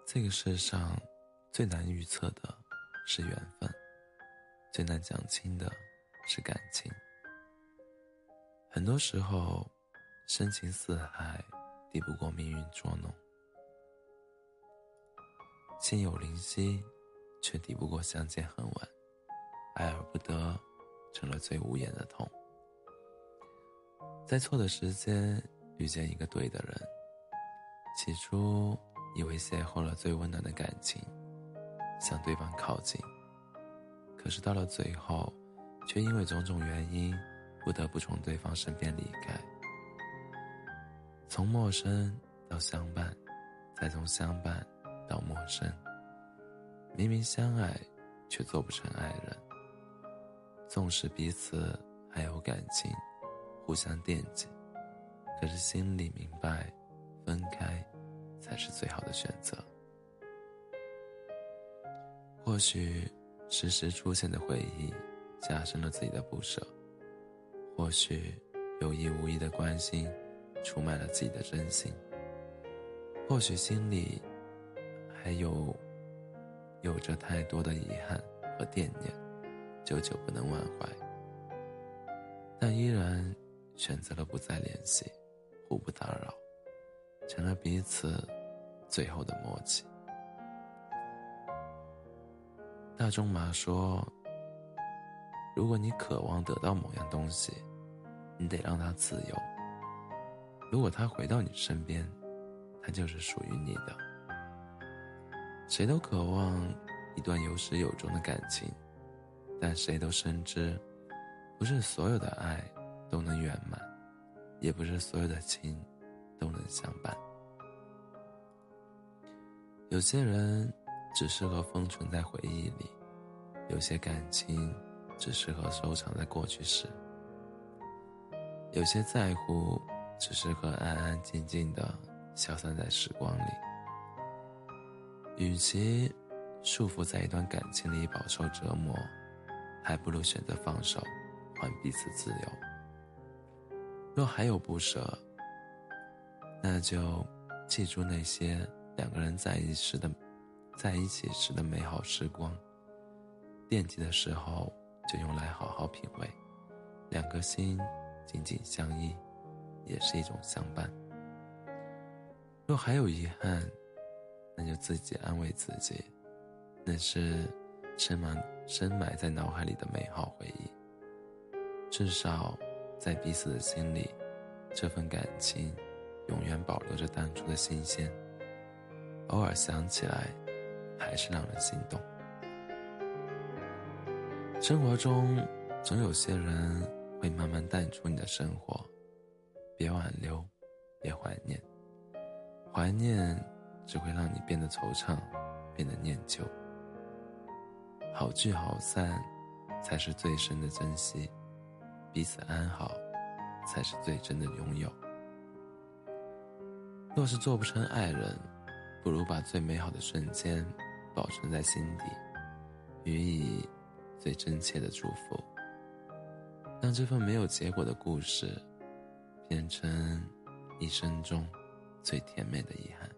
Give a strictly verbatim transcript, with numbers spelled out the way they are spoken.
这个世上最难预测的是缘分，最难讲清的是感情。很多时候，深情似海，抵不过命运捉弄；心有灵犀，却抵不过相见恨晚。爱而不得，成了最无言的痛。在错的时间遇见一个对的人，起初以为邂逅了最温暖的感情，向对方靠近，可是到了最后，却因为种种原因，不得不从对方身边离开。从陌生到相伴，再从相伴到陌生，明明相爱，却做不成爱人。纵使彼此还有感情，互相惦记，可是心里明白，分开才是最好的选择。或许时时出现的回忆加深了自己的不舍，或许有意无意的关心出卖了自己的真心，或许心里还有有着太多的遗憾和惦念，久久不能忘怀，但依然选择了不再联系，互不打扰，成了彼此最后的默契。大仲马说，如果你渴望得到某样东西，你得让它自由，如果它回到你身边，它就是属于你的。谁都渴望一段有始有终的感情，但谁都深知，不是所有的爱都能圆满，也不是所有的情都能相伴。有些人只适合封存在回忆里，有些感情只适合收藏在过去时，有些在乎只适合安安静静地消散在时光里。与其束缚在一段感情里饱受折磨，还不如选择放手，还彼此自由。若还有不舍，那就记住那些两个人在一起时的在一起时的美好时光，惦记的时候就用来好好品味，两颗心紧紧相依，也是一种相伴。若还有遗憾，那就自己安慰自己，那是深埋深埋在脑海里的美好回忆。至少在彼此的心里，这份感情永远保留着当初的新鲜，偶尔想起来还是让人心动。生活中总有些人会慢慢淡出你的生活，别挽留，别怀念，怀念只会让你变得惆怅，变得念旧。好聚好散才是最深的珍惜，彼此安好才是最真的拥有。若是做不成爱人，不如把最美好的瞬间保存在心底，予以最真切的祝福，让这份没有结果的故事变成一生中最甜美的遗憾。